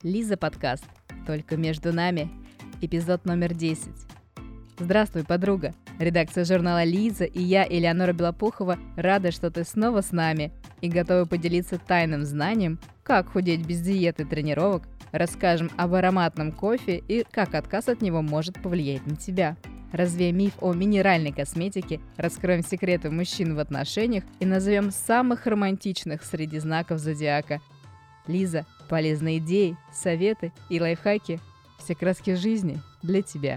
Лиза подкаст. Только между нами. Эпизод номер 10. Здравствуй, подруга. Редакция журнала «Лиза» и я, Элеонора Белопухова, рада, что ты снова с нами и готовы поделиться тайным знанием, как худеть без диеты и тренировок, расскажем об ароматном кофе и как отказ от него может повлиять на тебя. Развеем миф о минеральной косметике, раскроем секреты мужчин в отношениях и назовем самых романтичных среди знаков зодиака. Лиза, полезные идеи, советы и лайфхаки. Все краски жизни для тебя.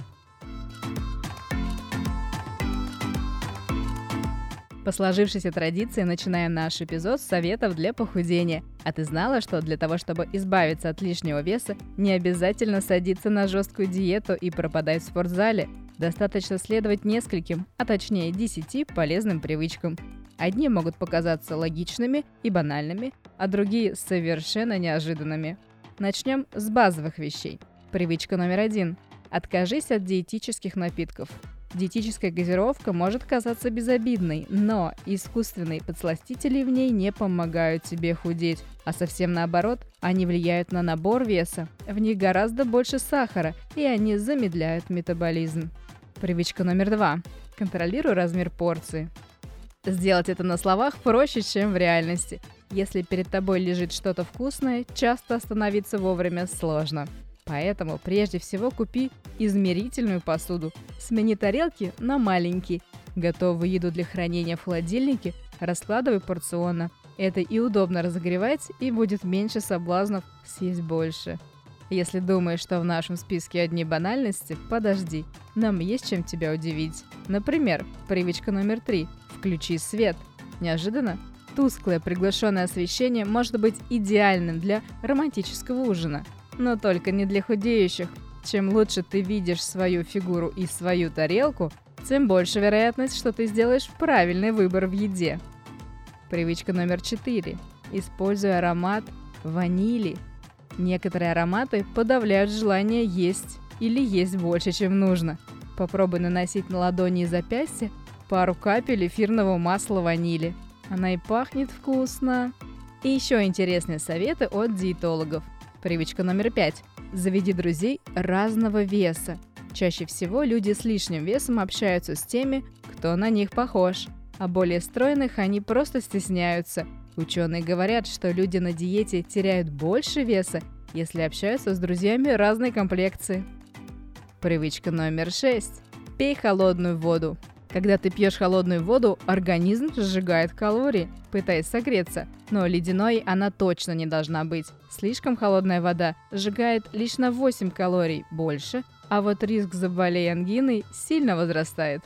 По сложившейся традиции начинаем наш эпизод с советов для похудения. А ты знала, что для того, чтобы избавиться от лишнего веса, не обязательно садиться на жесткую диету и пропадать в спортзале? Достаточно следовать нескольким, а точнее 10 полезным привычкам. Одни могут показаться логичными и банальными, а другие совершенно неожиданными. Начнем с базовых вещей. Привычка номер 1. Откажись от диетических напитков. Диетическая газировка может казаться безобидной, но искусственные подсластители в ней не помогают тебе худеть, а совсем наоборот, они влияют на набор веса. В них гораздо больше сахара, и они замедляют метаболизм. Привычка номер 2. Контролируй размер порции. Сделать это на словах проще, чем в реальности. Если перед тобой лежит что-то вкусное, часто остановиться вовремя сложно. Поэтому прежде всего купи измерительную посуду. Смени тарелки на маленькие. Готовую еду для хранения в холодильнике раскладывай порционно. Это и удобно разогревать, и будет меньше соблазнов съесть больше. Если думаешь, что в нашем списке одни банальности, подожди. Нам есть чем тебя удивить. Например, привычка номер 3. Включи свет. Неожиданно? Тусклое приглушенное освещение может быть идеальным для романтического ужина. Но только не для худеющих. Чем лучше ты видишь свою фигуру и свою тарелку, тем больше вероятность, что ты сделаешь правильный выбор в еде. Привычка номер 4. Используй аромат ванили. Некоторые ароматы подавляют желание есть или есть больше, чем нужно. Попробуй наносить на ладони и запястья пару капель эфирного масла ванили. Она и пахнет вкусно. И еще интересные советы от диетологов. Привычка номер 5. Заведи друзей разного веса. Чаще всего люди с лишним весом общаются с теми, кто на них похож, а более стройных они просто стесняются. Ученые говорят, что люди на диете теряют больше веса, если общаются с друзьями разной комплекции. Привычка номер 6. Пей холодную воду. Когда ты пьешь холодную воду, организм сжигает калории, пытаясь согреться, но ледяной она точно не должна быть. Слишком холодная вода сжигает лишь на 8 калорий больше, а вот риск заболеть ангиной сильно возрастает.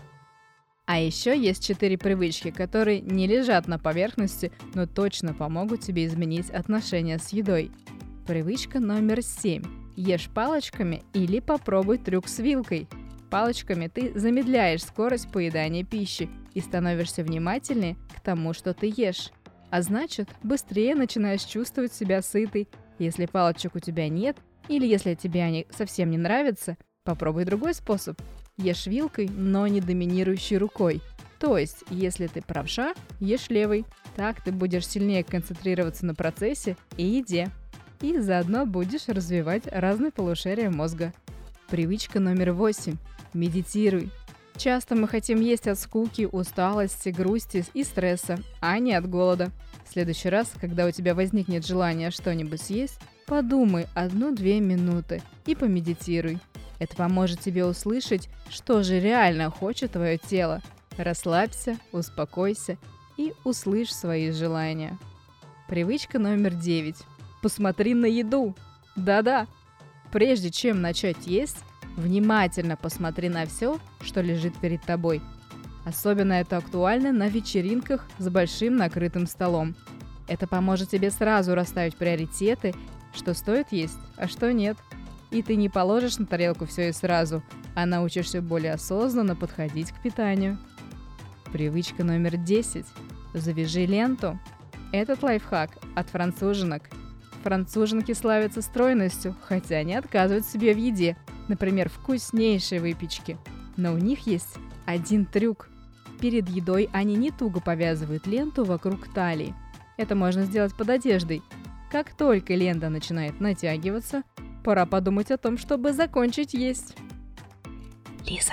А еще есть 4 привычки, которые не лежат на поверхности, но точно помогут тебе изменить отношения с едой. Привычка номер 7. Ешь палочками или попробуй трюк с вилкой. Палочками ты замедляешь скорость поедания пищи и становишься внимательнее к тому, что ты ешь. А значит, быстрее начинаешь чувствовать себя сытой. Если палочек у тебя нет, или если тебе они совсем не нравятся, попробуй другой способ. Ешь вилкой, но не доминирующей рукой. То есть, если ты правша, ешь левой. Так ты будешь сильнее концентрироваться на процессе и еде. И заодно будешь развивать разные полушария мозга. Привычка номер 8. Медитируй. Часто мы хотим есть от скуки, усталости, грусти и стресса, а не от голода. В следующий раз, когда у тебя возникнет желание что-нибудь съесть, подумай 1-2 минуты и помедитируй. Это поможет тебе услышать, что же реально хочет твое тело. Расслабься, успокойся и услышь свои желания. Привычка номер 9. Посмотри на еду. Да-да. Прежде чем начать есть, внимательно посмотри на все, что лежит перед тобой. Особенно это актуально на вечеринках с большим накрытым столом. Это поможет тебе сразу расставить приоритеты, что стоит есть, а что нет. И ты не положишь на тарелку все и сразу, а научишься более осознанно подходить к питанию. Привычка номер 10. Завяжи ленту. Этот лайфхак от француженок. Француженки славятся стройностью, хотя не отказывают себе в еде. Например, вкуснейшей выпечки. Но у них есть один трюк. Перед едой они не туго повязывают ленту вокруг талии. Это можно сделать под одеждой. Как только лента начинает натягиваться, пора подумать о том, чтобы закончить есть. Лиза.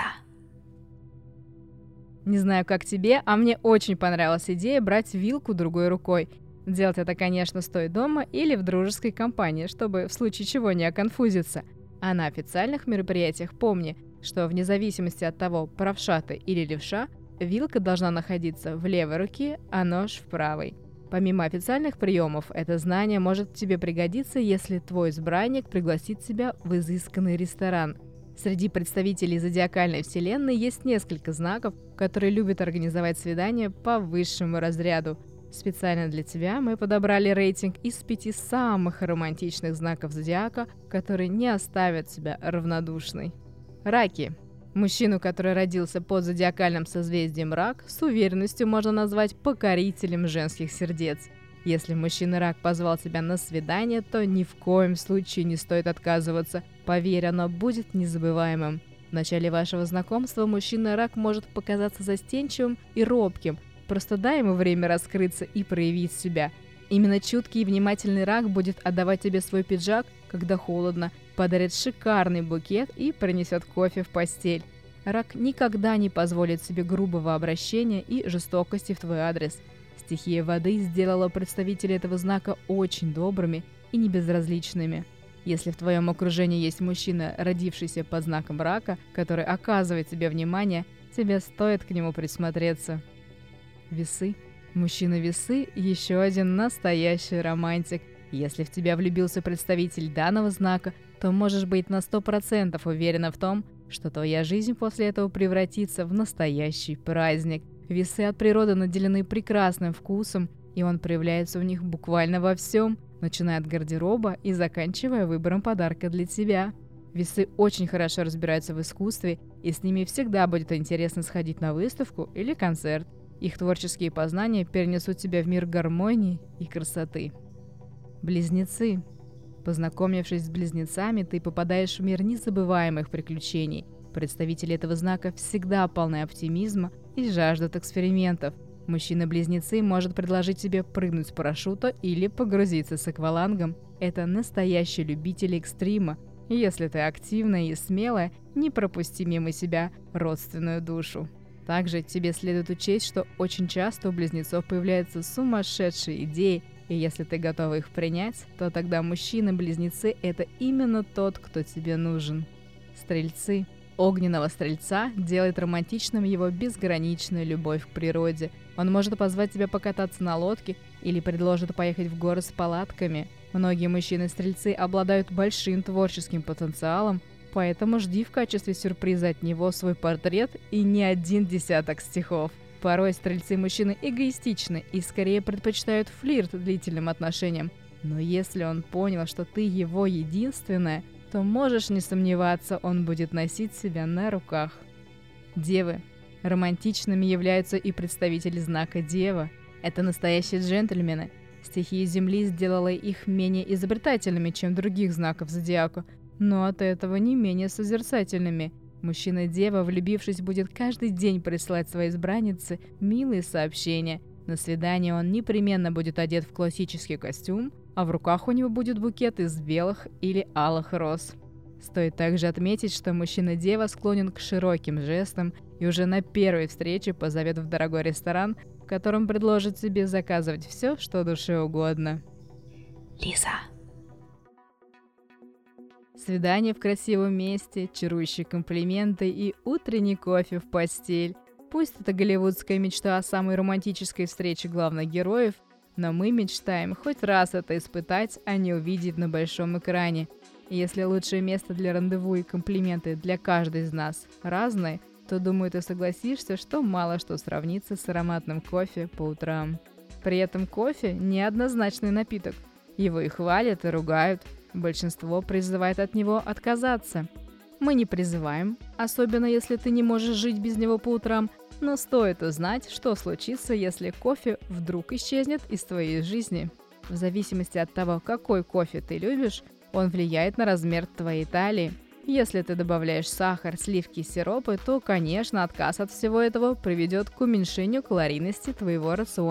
Не знаю, как тебе, а мне очень понравилась идея брать вилку другой рукой. Делать это, конечно, стоит дома или в дружеской компании, чтобы в случае чего не оконфузиться. А на официальных мероприятиях помни, что вне зависимости от того, правша ты или левша, вилка должна находиться в левой руке, а нож в правой. Помимо официальных приемов, это знание может тебе пригодиться, если твой избранник пригласит тебя в изысканный ресторан. Среди представителей зодиакальной вселенной есть несколько знаков, которые любят организовать свидания по высшему разряду. Специально для тебя мы подобрали рейтинг из 5 самых романтичных знаков зодиака, которые не оставят тебя равнодушной. Раки. Мужчину, который родился под зодиакальным созвездием Рак, с уверенностью можно назвать покорителем женских сердец. Если мужчина-рак позвал тебя на свидание, то ни в коем случае не стоит отказываться. Поверь, оно будет незабываемым. В начале вашего знакомства мужчина-рак может показаться застенчивым и робким. Просто дай ему время раскрыться и проявить себя. Именно чуткий и внимательный рак будет отдавать тебе свой пиджак, когда холодно, подарит шикарный букет и принесет кофе в постель. Рак никогда не позволит себе грубого обращения и жестокости в твой адрес. Стихия воды сделала представителей этого знака очень добрыми и небезразличными. Если в твоем окружении есть мужчина, родившийся под знаком рака, который оказывает тебе внимание, тебе стоит к нему присмотреться. Весы. Мужчина-весы – еще один настоящий романтик. Если в тебя влюбился представитель данного знака, то можешь быть на 100% уверена в том, что твоя жизнь после этого превратится в настоящий праздник. Весы от природы наделены прекрасным вкусом, и он проявляется у них буквально во всем, начиная от гардероба и заканчивая выбором подарка для тебя. Весы очень хорошо разбираются в искусстве, и с ними всегда будет интересно сходить на выставку или концерт. Их творческие познания перенесут тебя в мир гармонии и красоты. Близнецы. Познакомившись с близнецами, ты попадаешь в мир незабываемых приключений. Представители этого знака всегда полны оптимизма и жаждут экспериментов. Мужчина-близнецы может предложить тебе прыгнуть с парашюта или погрузиться с аквалангом. Это настоящий любитель экстрима. И если ты активная и смелая, не пропусти мимо себя родственную душу. Также тебе следует учесть, что очень часто у близнецов появляются сумасшедшие идеи, и если ты готова их принять, то тогда мужчины-близнецы – это именно тот, кто тебе нужен. Стрельцы. Огненного стрельца делает романтичным его безграничная любовь к природе. Он может позвать тебя покататься на лодке или предложит поехать в горы с палатками. Многие мужчины-стрельцы обладают большим творческим потенциалом, поэтому жди в качестве сюрприза от него свой портрет и не 1 десяток стихов. Порой стрельцы-мужчины эгоистичны и скорее предпочитают флирт длительным отношениям. Но если он понял, что ты его единственная, то можешь не сомневаться, он будет носить себя на руках. Девы. Романтичными являются и представители знака Дева. Это настоящие джентльмены. Стихия Земли сделала их менее изобретательными, чем других знаков зодиака, но от этого не менее созерцательными. Мужчина-дева, влюбившись, будет каждый день присылать своей избраннице милые сообщения. На свидание он непременно будет одет в классический костюм, а в руках у него будет букет из белых или алых роз. Стоит также отметить, что мужчина-дева склонен к широким жестам и уже на первой встрече позовет в дорогой ресторан, в котором предложит тебе заказывать все, что душе угодно. Лиза. Свидание в красивом месте, чарующие комплименты и утренний кофе в постель. Пусть это голливудская мечта о самой романтической встрече главных героев, но мы мечтаем хоть раз это испытать, а не увидеть на большом экране. И если лучшее место для рандеву и комплименты для каждой из нас разные, то, думаю, ты согласишься, что мало что сравнится с ароматным кофе по утрам. При этом кофе – неоднозначный напиток. Его и хвалят, и ругают. Большинство призывает от него отказаться. Мы не призываем, особенно если ты не можешь жить без него по утрам, но стоит узнать, что случится, если кофе вдруг исчезнет из твоей жизни. В зависимости от того, какой кофе ты любишь, он влияет на размер твоей талии. Если ты добавляешь сахар, сливки и сиропы, то, конечно, отказ от всего этого приведет к уменьшению калорийности твоего рациона.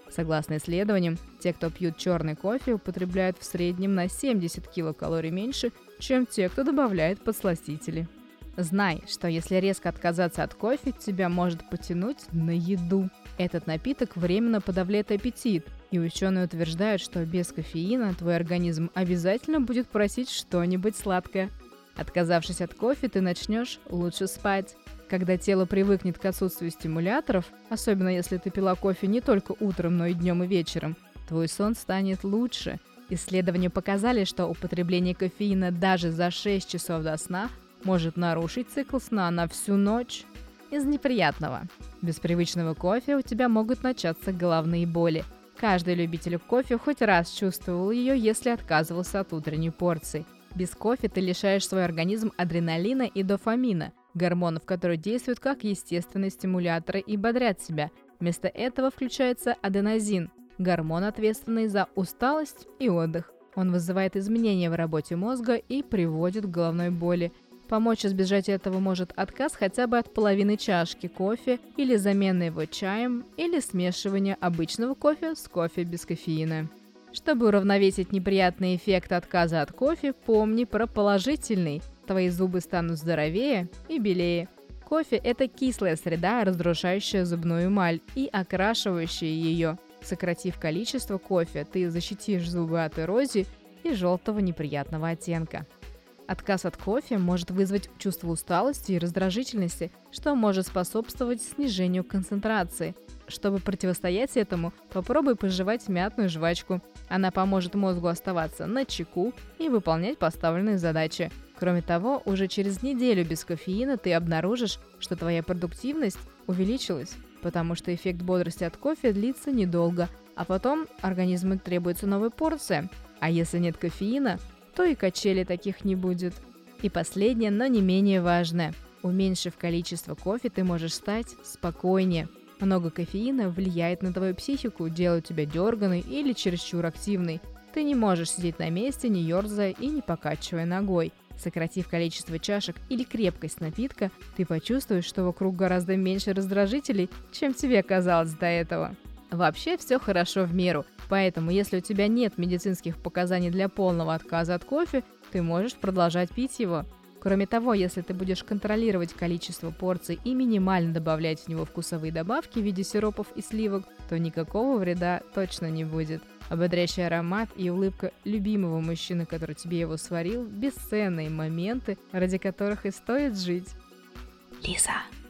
Согласно исследованиям, те, кто пьют черный кофе, употребляют в среднем на 70 килокалорий меньше, чем те, кто добавляет подсластители. Знай, что если резко отказаться от кофе, тебя может потянуть на еду. Этот напиток временно подавляет аппетит, и ученые утверждают, что без кофеина твой организм обязательно будет просить что-нибудь сладкое. Отказавшись от кофе, ты начнешь лучше спать. Когда тело привыкнет к отсутствию стимуляторов, особенно если ты пила кофе не только утром, но и днем и вечером, твой сон станет лучше. Исследования показали, что употребление кофеина даже за 6 часов до сна может нарушить цикл сна на всю ночь. Из неприятного. Без привычного кофе у тебя могут начаться головные боли. Каждый любитель кофе хоть раз чувствовал ее, если отказывался от утренней порции. Без кофе ты лишаешь свой организм адреналина и дофамина, гормонов, которые действуют как естественные стимуляторы и бодрят тебя. Вместо этого включается аденозин, гормон, ответственный за усталость и отдых. Он вызывает изменения в работе мозга и приводит к головной боли. Помочь избежать этого может отказ хотя бы от половины чашки кофе или замена его чаем или смешивание обычного кофе с кофе без кофеина. Чтобы уравновесить неприятный эффект отказа от кофе, помни про положительный. Твои зубы станут здоровее и белее. Кофе – это кислая среда, разрушающая зубную эмаль и окрашивающая ее. Сократив количество кофе, ты защитишь зубы от эрозии и желтого неприятного оттенка. Отказ от кофе может вызвать чувство усталости и раздражительности, что может способствовать снижению концентрации. Чтобы противостоять этому, попробуй пожевать мятную жвачку. Она поможет мозгу оставаться начеку и выполнять поставленные задачи. Кроме того, уже через неделю без кофеина ты обнаружишь, что твоя продуктивность увеличилась, потому что эффект бодрости от кофе длится недолго, а потом организму требуется новая порция. А если нет кофеина, то и качели таких не будет. И последнее, но не менее важное. Уменьшив количество кофе, ты можешь стать спокойнее. Много кофеина влияет на твою психику, делает тебя дерганой или чересчур активной. Ты не можешь сидеть на месте, не ерзая и не покачивая ногой. Сократив количество чашек или крепкость напитка, ты почувствуешь, что вокруг гораздо меньше раздражителей, чем тебе казалось до этого. Вообще все хорошо в меру, поэтому если у тебя нет медицинских показаний для полного отказа от кофе, ты можешь продолжать пить его. Кроме того, если ты будешь контролировать количество порций и минимально добавлять в него вкусовые добавки в виде сиропов и сливок, то никакого вреда точно не будет. Ободряющий аромат и улыбка любимого мужчины, который тебе его сварил, бесценные моменты, ради которых и стоит жить. Лиза.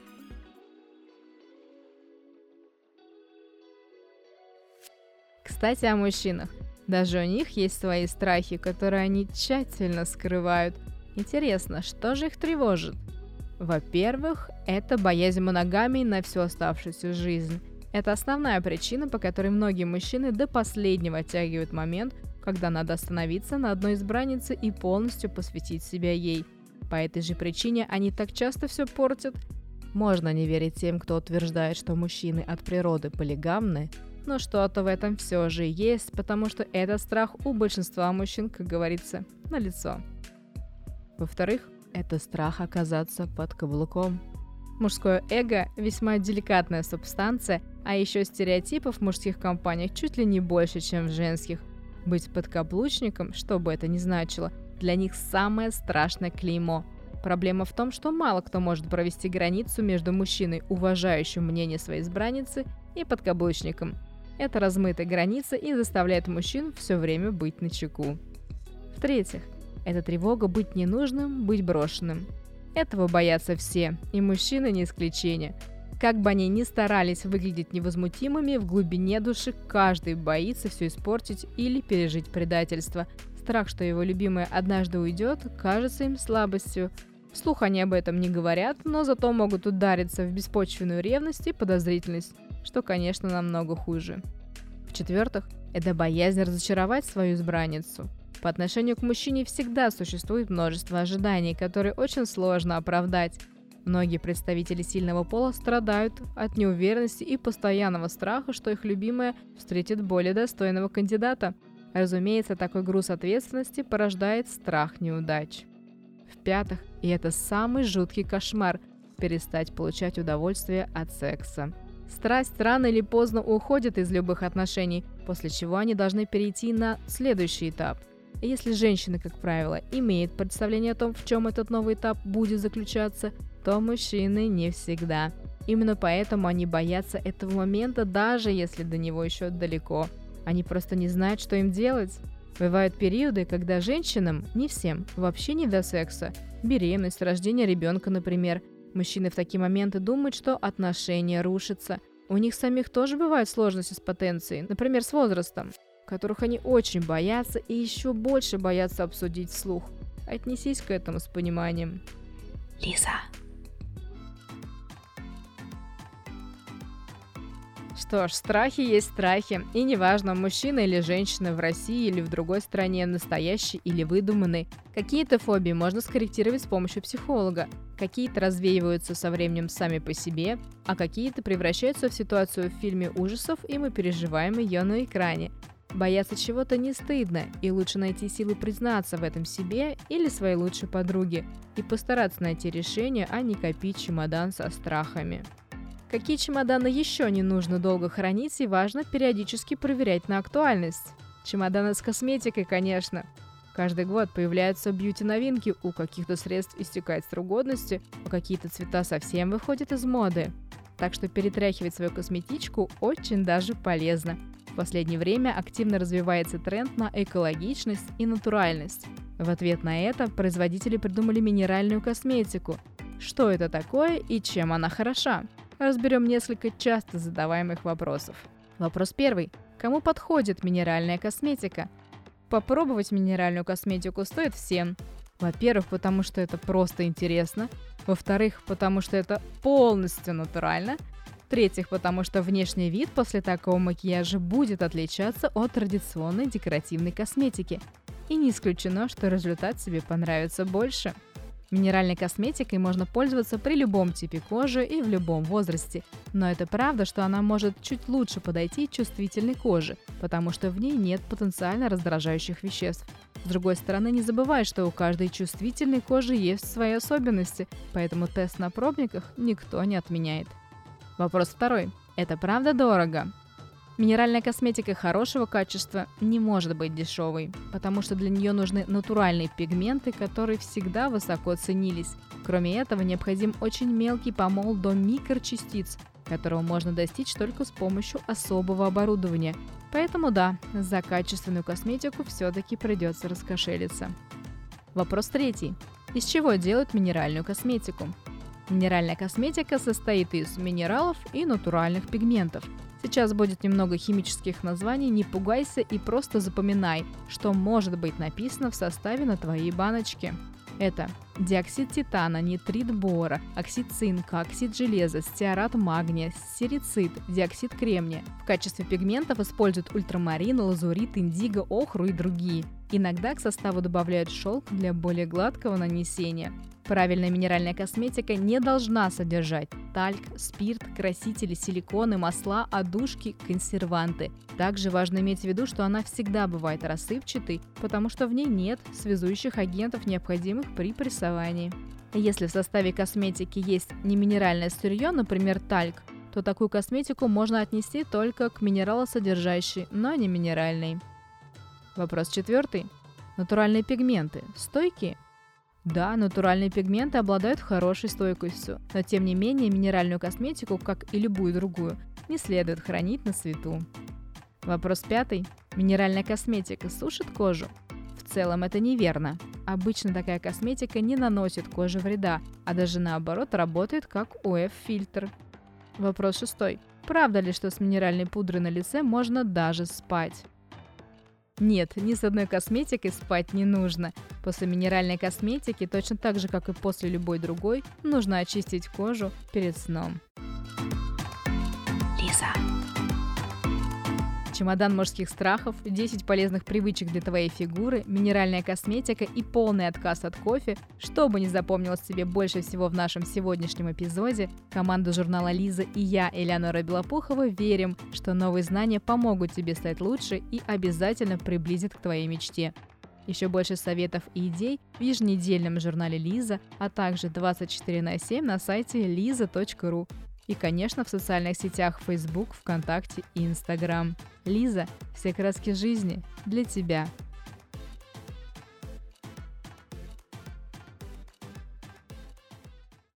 Кстати, о мужчинах. Даже у них есть свои страхи, которые они тщательно скрывают. Интересно, что же их тревожит? Во-первых, это боязнь моногамии на всю оставшуюся жизнь. Это основная причина, по которой многие мужчины до последнего оттягивают момент, когда надо остановиться на одной избраннице и полностью посвятить себя ей. По этой же причине они так часто все портят. Можно не верить тем, кто утверждает, что мужчины от природы полигамны, но что-то в этом все же есть, потому что этот страх у большинства мужчин, как говорится, налицо. Во-вторых, это страх оказаться под каблуком. Мужское эго – весьма деликатная субстанция, а еще стереотипов в мужских компаниях чуть ли не больше, чем в женских. Быть подкаблучником, что бы это ни значило, для них самое страшное клеймо. Проблема в том, что мало кто может провести границу между мужчиной, уважающим мнение своей избранницы, и подкаблучником. Это размытая граница и заставляет мужчин все время быть начеку. В-третьих, это тревога быть ненужным, быть брошенным. Этого боятся все, и мужчины не исключение. Как бы они ни старались выглядеть невозмутимыми, в глубине души каждый боится все испортить или пережить предательство. Страх, что его любимая однажды уйдет, кажется им слабостью. Вслух они об этом не говорят, но зато могут удариться в беспочвенную ревность и подозрительность, что, конечно, намного хуже. В-четвертых, это боязнь разочаровать свою избранницу. По отношению к мужчине всегда существует множество ожиданий, которые очень сложно оправдать. Многие представители сильного пола страдают от неуверенности и постоянного страха, что их любимая встретит более достойного кандидата. Разумеется, такой груз ответственности порождает страх неудач. В-пятых, и это самый жуткий кошмар – перестать получать удовольствие от секса. Страсть рано или поздно уходит из любых отношений, после чего они должны перейти на следующий этап. И если женщина, как правило, имеет представление о том, в чем этот новый этап будет заключаться, то мужчины не всегда. Именно поэтому они боятся этого момента, даже если до него еще далеко. Они просто не знают, что им делать. Бывают периоды, когда женщинам, не всем, вообще не до секса. Беременность, рождение ребенка, например. Мужчины в такие моменты думают, что отношения рушатся. У них самих тоже бывают сложности с потенцией, например, с возрастом, которых они очень боятся и еще больше боятся обсудить вслух. Отнесись к этому с пониманием. Лиза. Что ж, страхи есть страхи, и неважно, мужчина или женщина в России или в другой стране, настоящий или выдуманный. Какие-то фобии можно скорректировать с помощью психолога, какие-то развеиваются со временем сами по себе, а какие-то превращаются в ситуацию в фильме ужасов, и мы переживаем ее на экране. Бояться чего-то не стыдно, и лучше найти силы признаться в этом себе или своей лучшей подруге, и постараться найти решение, а не копить чемодан со страхами. Какие чемоданы еще не нужно долго хранить и важно периодически проверять на актуальность? Чемоданы с косметикой, конечно. Каждый год появляются бьюти-новинки, у каких-то средств истекает срок годности, а какие-то цвета совсем выходят из моды. Так что перетряхивать свою косметичку очень даже полезно. В последнее время активно развивается тренд на экологичность и натуральность. В ответ на это производители придумали минеральную косметику. Что это такое и чем она хороша? Разберем несколько часто задаваемых вопросов. Вопрос первый. Кому подходит минеральная косметика? Попробовать минеральную косметику стоит всем. Во-первых, потому что это просто интересно. Во-вторых, потому что это полностью натурально. В-третьих, потому что внешний вид после такого макияжа будет отличаться от традиционной декоративной косметики. И не исключено, что результат тебе понравится больше. Минеральной косметикой можно пользоваться при любом типе кожи и в любом возрасте. Но это правда, что она может чуть лучше подойти чувствительной коже, потому что в ней нет потенциально раздражающих веществ. С другой стороны, не забывай, что у каждой чувствительной кожи есть свои особенности, поэтому тест на пробниках никто не отменяет. Вопрос второй. Это правда дорого? Минеральная косметика хорошего качества не может быть дешевой, потому что для нее нужны натуральные пигменты, которые всегда высоко ценились. Кроме этого, необходим очень мелкий помол до микрочастиц, которого можно достичь только с помощью особого оборудования. Поэтому да, за качественную косметику все-таки придется раскошелиться. Вопрос третий. Из чего делают минеральную косметику? Минеральная косметика состоит из минералов и натуральных пигментов. Сейчас будет немного химических названий, не пугайся и просто запоминай, что может быть написано в составе на твоей баночке. Это диоксид титана, нитрит бора, оксид цинка, оксид железа, стеарат магния, серицит, диоксид кремния. В качестве пигментов используют ультрамарин, лазурит, индиго, охру и другие. Иногда к составу добавляют шелк для более гладкого нанесения. Правильная минеральная косметика не должна содержать тальк, спирт, красители, силиконы, масла, одушки, консерванты. Также важно иметь в виду, что она всегда бывает рассыпчатой, потому что в ней нет связующих агентов, необходимых при прессовании. Если в составе косметики есть неминеральное сырье, например, тальк, то такую косметику можно отнести только к минералосодержащей, но не минеральной. Вопрос четвертый. Натуральные пигменты стойкие? Да, натуральные пигменты обладают хорошей стойкостью, но тем не менее минеральную косметику, как и любую другую, не следует хранить на свету. Вопрос пятый. Минеральная косметика сушит кожу? В целом это неверно. Обычно такая косметика не наносит коже вреда, а даже наоборот работает как УФ-фильтр. Вопрос шестой. Правда ли, что с минеральной пудрой на лице можно даже спать? Нет, ни с одной косметикой спать не нужно. После минеральной косметики, точно так же, как и после любой другой, нужно очистить кожу перед сном. Лиза. Чемодан мужских страхов, 10 полезных привычек для твоей фигуры, минеральная косметика и полный отказ от кофе. Что бы ни запомнилось тебе больше всего в нашем сегодняшнем эпизоде, команда журнала «Лиза» и я, Элеонора Белопухова, верим, что новые знания помогут тебе стать лучше и обязательно приблизят к твоей мечте. Еще больше советов и идей в еженедельном журнале «Лиза», а также 24/7 на сайте liza.ru. И, конечно, в социальных сетях Facebook, ВКонтакте и Instagram. Лиза, все краски жизни для тебя.